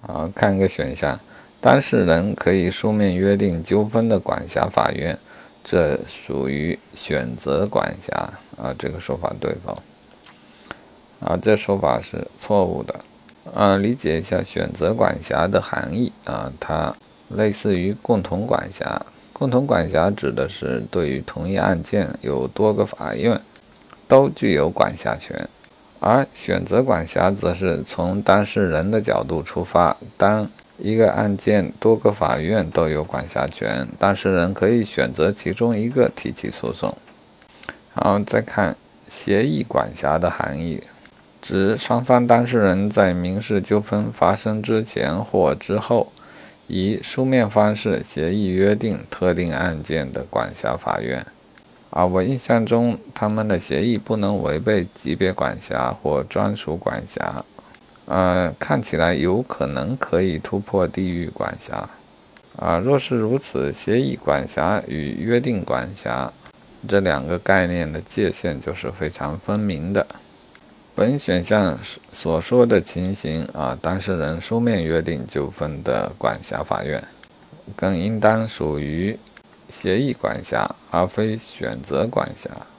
看个选项，当事人可以书面约定纠纷的管辖法院，这属于选择管辖这个说法对否？这说法是错误的。理解一下选择管辖的含义它类似于共同管辖。共同管辖指的是对于同一案件有多个法院都具有管辖权，而选择管辖则是从当事人的角度出发，当一个案件多个法院都有管辖权，当事人可以选择其中一个提起诉讼。再看协议管辖的含义，指双方当事人在民事纠纷发生之前或之后，以书面方式协议约定特定案件的管辖法院。我印象中他们的协议不能违背级别管辖或专属管辖，看起来有可能可以突破地域管辖。若是如此，协议管辖与约定管辖这两个概念的界限就是非常分明的。本选项所说的情形当事人书面约定纠纷的管辖法院，更应当属于协议管辖，而非选择管辖。